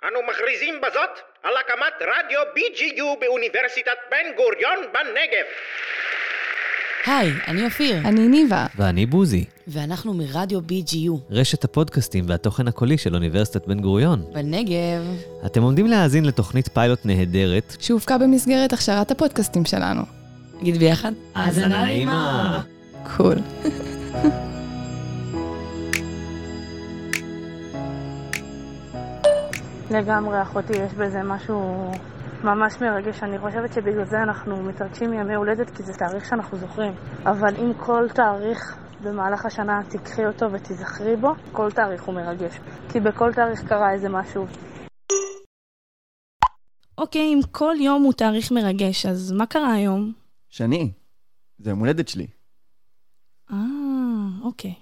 אנו מכריזים בזאת על הקמת רדיו BGU באוניברסיטת בן גוריון בנגב. היי, אני אופיר. אני ניבה. ואני בוזי. ואנחנו מרדיו BGU. רשת הפודקאסטים והתוכן הקולי של אוניברסיטת בן גוריון. בנגב. אתם עומדים להאזין לתוכנית פיילוט נהדרת. שהופקה במסגרת הכשרת הפודקאסטים שלנו. נגיד ביחד. האזנה נעימה. קול. לגמרי, אחותי, יש בזה משהו ממש מרגש. אני חושבת שבגלל זה אנחנו מתרגשים מימי הולדת, כי זה תאריך שאנחנו זוכרים. אבל אם כל תאריך במהלך השנה תיקחי אותו ותזכרי בו, כל תאריך הוא מרגש. כי בכל תאריך קרה איזה משהו. אוקיי, אם כל יום הוא תאריך מרגש, אז מה קרה היום? שני, זה יום הולדת שלי. אוקיי.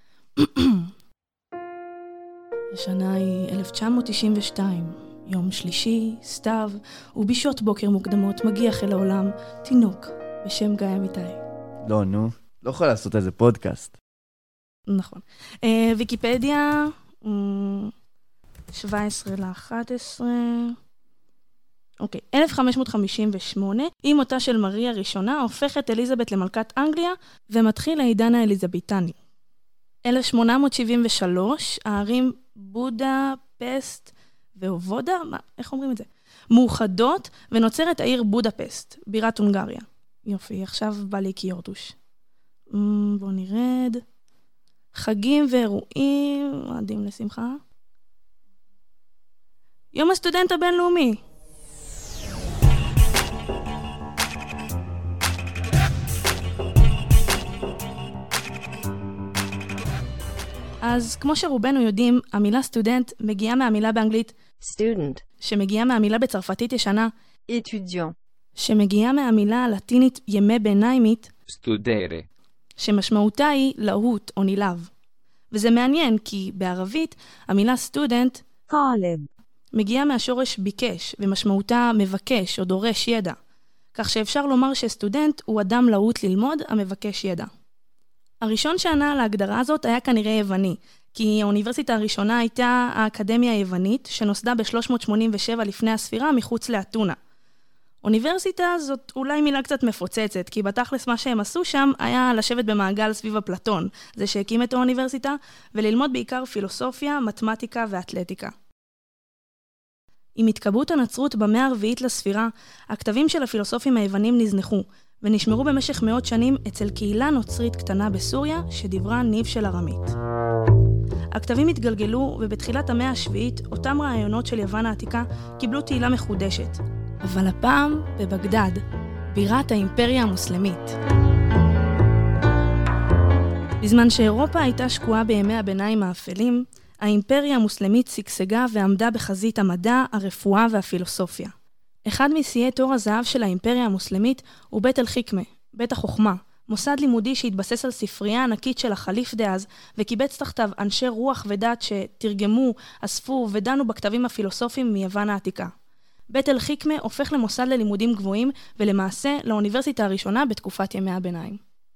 השנה היא 1992, יום שלישי, סתיו, ובשעות בוקר מוקדמות מגיע אל העולם תינוק בשם גיא אמיתי. לא, נו, לא יכול לעשות איזה פודקאסט. נכון. ויקיפדיה, 17/11, אוקיי, 1558, עם מותה של מריה הראשונה, הופכת אליזבת למלכת אנגליה, ומתחיל העידן האליזבתני. 1873, הערים בודה, פסט ואובודה, איך אומרים את זה? מאוחדות, ונוצרת העיר בודפסט, בירת הונגריה. יופי, עכשיו בא לי קיורטוש. בואו נרד. חגים ואירועים, מועדים לשמחה. יום הסטודנט הבינלאומי. אז כמו שרובנו יודעים, המילה סטודנט מגיעה מהמילה באנגלית student, שמגיעה מהמילה בצרפתית ישנה étudiant, שמגיעה מהמילה הלטינית ימי ביניימית studere, שמשמעותה היא להוט או נילב. וזה מעניין כי בערבית המילה סטודנט talib, מגיעה מהשורש ביקש ומשמעותה מבקש או דורש ידע. כך שאפשר לומר שסטודנט הוא אדם להוט ללמוד המבקש ידע. הראשון שענה על ההגדרה הזאת היה כנראה יווני, כי האוניברסיטה הראשונה הייתה האקדמיה היוונית, שנוסדה ב-387 לפני הספירה מחוץ לאתונה. אוניברסיטה זאת אולי מילה קצת מפוצצת, כי בתכלס מה שהם עשו שם היה לשבת במעגל סביב אפלטון, זה שהקים את האוניברסיטה, וללמוד בעיקר פילוסופיה, מתמטיקה ואתלטיקה. עם התקבעות הנצרות במאה הרביעית לספירה, הכתבים של הפילוסופים היוונים נזנחו, ונשמרו במשך מאות שנים אצל קהילה נוצרית קטנה בסוריה שדיברה ניב של ארמית. הכתבים התגלגלו, ובתחילת המאה השביעית אותם רעיונות של יוון העתיקה קיבלו תהילה מחודשת. אבל הפעם בבגדד, בירת האימפריה המוסלמית. בזמן שאירופה הייתה שקועה בימי הביניים האפלים, האימפריה המוסלמית שגשגה ועמדה בחזית המדע, הרפואה והפילוסופיה. אחד משיאי תור הזהב של האימפריה המוסלמית הוא בית אל-חיקמה, בית החוכמה, מוסד לימודי שהתבסס על ספרייה ענקית של החליף דאז, וקיבץ תחתיו אנשי רוח ודת שתרגמו, אספו ודנו בכתבים הפילוסופיים מיוון העתיקה. בית אל-חיקמה הופך למוסד ללימודים גבוהים, ולמעשה לאוניברסיטה הראשונה בתקופת ימי הביניים.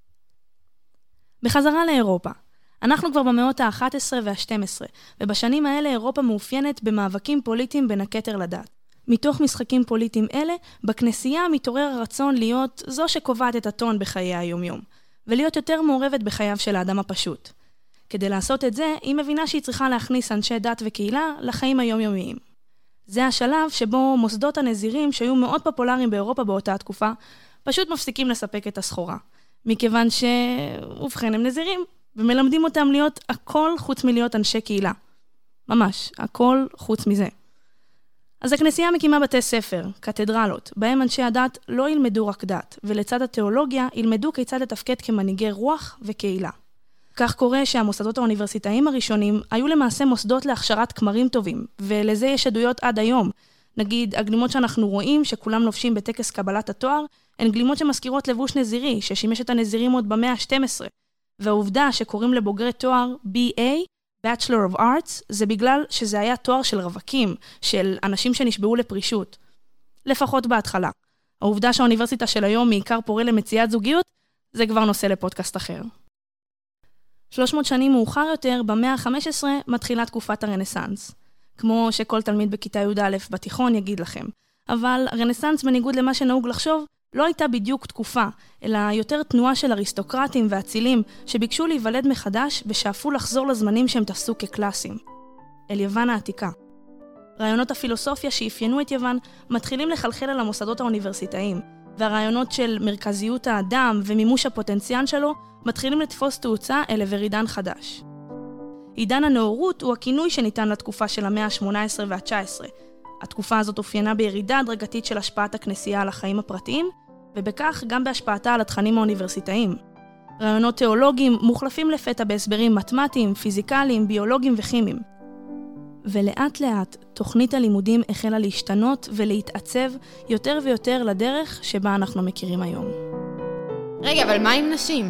בחזרה לאירופה. אנחנו כבר במאות ה-11 וה-12, ובשנים האלה אירופה מאופיינת במאבקים פוליטיים בין הכתר לדת. מתוך משחקים פוליטיים אלה, בכנסייה מתעורר הרצון להיות זו שקובעת את הטון בחיי היומיום, ולהיות יותר מעורבת בחייו של האדם הפשוט. כדי לעשות את זה, היא מבינה שהיא צריכה להכניס אנשי דת וקהילה לחיים היומיומיים. זה השלב שבו מוסדות הנזירים שהיו מאוד פופולריים באירופה באותה התקופה, פשוט מפסיקים לספק את הסחורה. מכיוון ובכן הם נזירים, ומלמדים אותם להיות הכל חוץ מלהיות אנשי קהילה. ממש, הכל חוץ מזה. אז הכנסייה מקימה בתי ספר, קתדרלות, בהם אנשי הדת לא ילמדו רק דת, ולצד התיאולוגיה ילמדו כיצד לתפקד כמנהיגי רוח וקהילה. כך קורה שהמוסדות האוניברסיטאיים הראשונים היו למעשה מוסדות להכשרת כמרים טובים, ולזה יש עדויות עד היום. נגיד, הגלימות שאנחנו רואים, שכולם לובשים בטקס קבלת התואר, הן גלימות שמזכירות לבוש נזירי, ששימש את הנזירים עוד במאה ה-12. והעובדה שקוראים לבוגרי תואר BA, Bachelor of Arts, זה בגלל שזה היה תואר של רווקים, של אנשים שנשבעו לפרישות. לפחות בהתחלה. העובדה שהאוניברסיטה של היום מעיקר פורה למציאת זוגיות, זה כבר נושא לפודקאסט אחר. 300 שנים מאוחר יותר, במאה ה-15, מתחילה תקופת הרנסנס. כמו שכל תלמיד בכיתה י"א בתיכון יגיד לכם. אבל הרנסנס, בניגוד למה שנהוג לחשוב, לא הייתה בדיוק תקופה, אלא יותר תנועה של אריסטוקרטים ואצילים שביקשו להיוולד מחדש ושאפו לחזור לזמנים שהם תפסו כקלאסיים. אל יוון העתיקה. רעיונות הפילוסופיה שאפיינו את יוון מתחילים לחלחל על המוסדות האוניברסיטאיים, והרעיונות של מרכזיות האדם ומימוש הפוטנציאל שלו מתחילים לתפוס תאוצה אל עבר עידן חדש. עידן הנאורות הוא הכינוי שניתן לתקופה של המאה ה-18 וה-19. התקופה הזאת אופיינה בירידה הדרגתית של השפעת הכנסייה על החיים הפרטיים, ובכך גם בהשפעתה על התכנים האוניברסיטאיים. רעיונות תיאולוגיים מוחלפים לפתע בהסברים מתמטיים, פיזיקליים, ביולוגיים וכימיים. ולאט לאט תוכנית הלימודים החלה להשתנות ולהתעצב יותר ויותר לדרך שבה אנחנו מכירים היום. רגע, אבל מה עם נשים?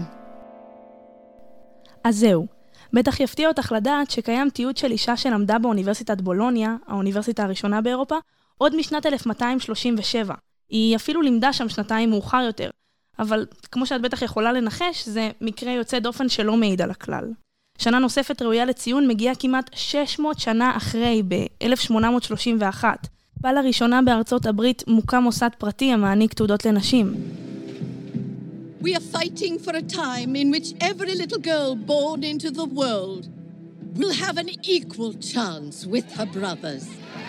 אז זהו. בטח יפתיע אותך לדעת שקיים תיעוד של אישה שלמדה באוניברסיטת בולוניה, האוניברסיטה הראשונה באירופה, עוד משנת 1237. היא אפילו לימדה שם שנתיים מאוחר יותר. אבל כמו שאת בטח יכולה לנחש, זה מקרה יוצא דופן שלא מעיד על הכלל. שנה נוספת ראויה לציון מגיעה כמעט 600 שנה אחרי, ב-1831. בה לראשונה בארצות הברית מוקם מוסד פרטי המעניק תעודות לנשים. We are fighting for a time in which every little girl born into the world will have an equal chance with her brothers.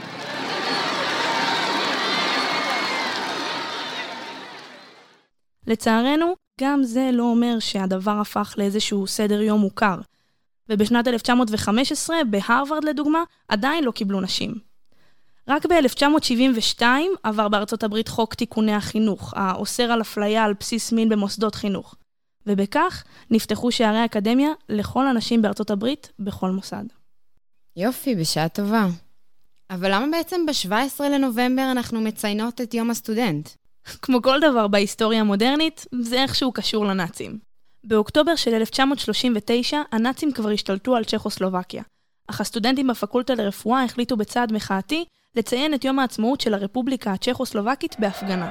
לצערנו, גם זה לא אומר שהדבר הפך לאיזשהו סדר יום מוכר. ובשנת 1915, בהרווארד לדוגמה, עדיין לא קיבלו נשים. רק ב-1972 עבר בארצות הברית חוק תיקוני החינוך, האוסר על אפליה על בסיס מין במוסדות חינוך. ובכך נפתחו שערי האקדמיה לכל הנשים בארצות הברית בכל מוסד. יופי, בשעה טובה. אבל למה בעצם ב-17 לנובמבר אנחנו מציינות את יום הסטודנט? כמו כל דבר בהיסטוריה המודרנית, זה איכשהו קשור לנאצים. באוקטובר של 1939, הנאצים כבר השתלטו על צ'כוסלובקיה. אך הסטודנטים בפקולטה לרפואה החליטו בצעד מחאתי לציין את יום העצמאות של הרפובליקה הצ'כוסלובקית בהפגנה.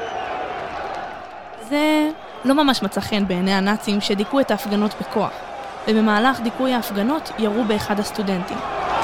זה לא ממש מצא חן בעיני הנאצים שדיכאו את ההפגנות בכוח, ובמהלך דיכוי ההפגנות ירו באחד הסטודנטים.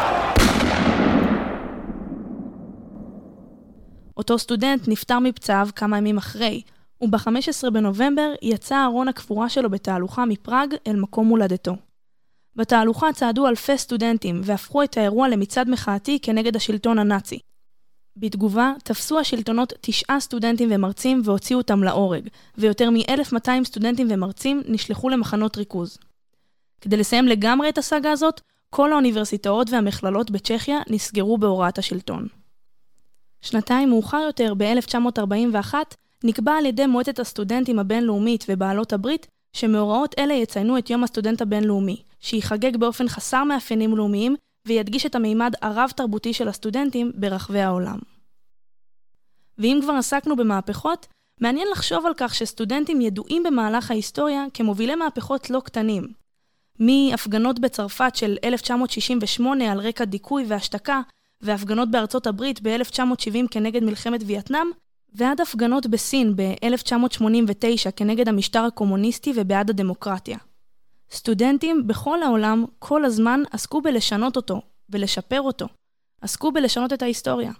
אותו סטודנט נפטר מפצעיו כמה ימים אחרי, וב-15 בנובמבר יצא ארון הקבורה שלו בתהלוכה מפראג אל מקום הולדתו. בתהלוכה צעדו אלפי סטודנטים והפכו את האירוע למצעד מחאתי כנגד השלטון הנאצי. בתגובה תפסו השלטונות 9 סטודנטים ומרצים והוציאו אותם להורג, ויותר מ-1200 סטודנטים ומרצים נשלחו למחנות ריכוז. כדי לסיים לגמרי את הסאגה הזאת, כל האוניברסיטאות והמכללות בצ'כיה נסגרו בהוראת השלטון. שנתיים מאוחר יותר, ב-1941, נקבע על ידי מועצת הסטודנטים הבינלאומית ובעלות הברית, שמאורעות אלה יציינו את יום הסטודנט הבינלאומי, שיחגג באופן חסר מאפיינים לאומיים, וידגיש את המימד הרב-תרבותי של הסטודנטים ברחבי העולם. ואם כבר עסקנו במהפכות, מעניין לחשוב על כך שסטודנטים ידועים במהלך ההיסטוריה כמובילי מהפכות לא קטנים. מהפגנות בצרפת של 1968 על רקע דיכוי והשתקה, והפגנות בארצות הברית ב-1970 כנגד מלחמת וייטנאם, ועד הפגנות בסין ב-1989 כנגד המשטר הקומוניסטי ובעד הדמוקרטיה. סטודנטים בכל העולם כל הזמן עסקו בלשנות אותו, בלשפר אותו. עסקו בלשנות את ההיסטוריה.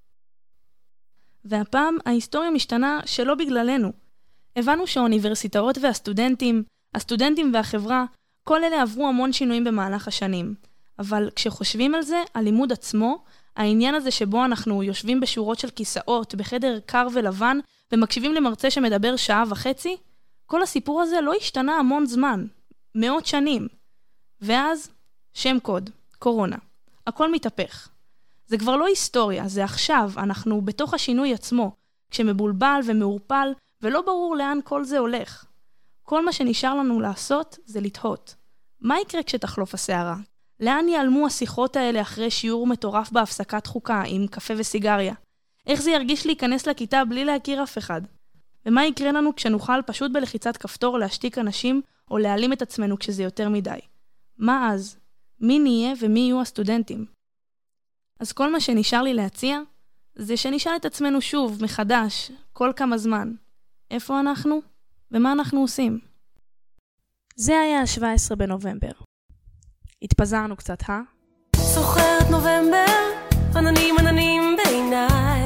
והפעם ההיסטוריה משתנה שלא בגללנו. הבנו שהאוניברסיטאות והסטודנטים, הסטודנטים והחברה, כל אלה עברו המון שינויים במהלך השנים. אבל כשחושבים על זה, הלימוד עצמו, העניין הזה שבו אנחנו יושבים בשורות של כיסאות, בחדר קר ולבן, ומקשיבים למרצה שמדבר שעה וחצי, כל הסיפור הזה לא השתנה המון זמן, מאות שנים. ואז, שם קוד, קורונה. הכל מתהפך. זה כבר לא היסטוריה, זה עכשיו, אנחנו בתוך השינוי עצמו, כשמבולבל ומעורפל, ולא ברור לאן כל זה הולך. כל מה שנשאר לנו לעשות זה לתהות. מה יקרה כשתחלוף הסערה? לאן ייעלמו השיחות האלה אחרי שיעור מטורף בהפסקת חוקה עם קפה וסיגריה? איך זה ירגיש להיכנס לכיתה בלי להכיר אף אחד? ומה יקרה לנו כשנוכל פשוט בלחיצת כפתור להשתיק אנשים או להעלים את עצמנו כשזה יותר מדי? מה אז? מי נהיה ומי יהיו הסטודנטים? אז כל מה שנשאר לי להציע זה שנשאל את עצמנו שוב מחדש כל כמה זמן. איפה אנחנו ומה אנחנו עושים? זה היה ה-17 בנובמבר. התפזרנו קצת, זוכרת נובמבר, עננים עננים בעיניי,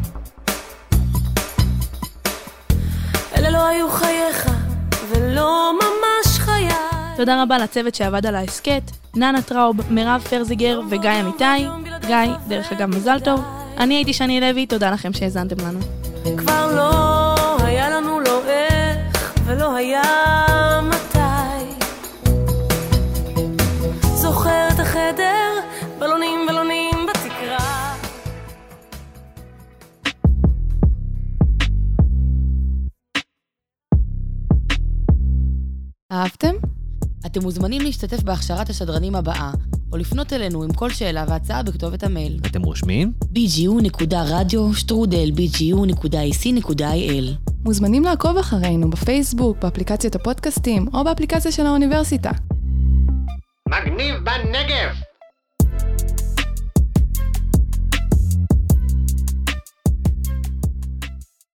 אלה לא היו חייך ולא ממש חיי. תודה רבה לצוות שעבד על ההסקט, ננה טראוב, מירב פרזיגר וגיא אמיתי. גיא, דרך אגב מזל טוב. אני הייתי שני לוי, תודה לכם שהזנתם לנו. כבר לא היה לנו לא איך ולא היה מתי. זוכר את החדר, בלונים בלונים בתקרה. אהבתם? אתם מוזמנים להשתתף בהכשרת השדרנים הבאה, או לפנות אלינו עם כל שאלה והצעה בכתובת המייל. אתם רושמים? bgu.radio@bgu.ac.il. מוזמנים לעקוב אחרינו בפייסבוק, באפליקציית הפודקאסטים, או באפליקציה של האוניברסיטה. מגניב בנגב!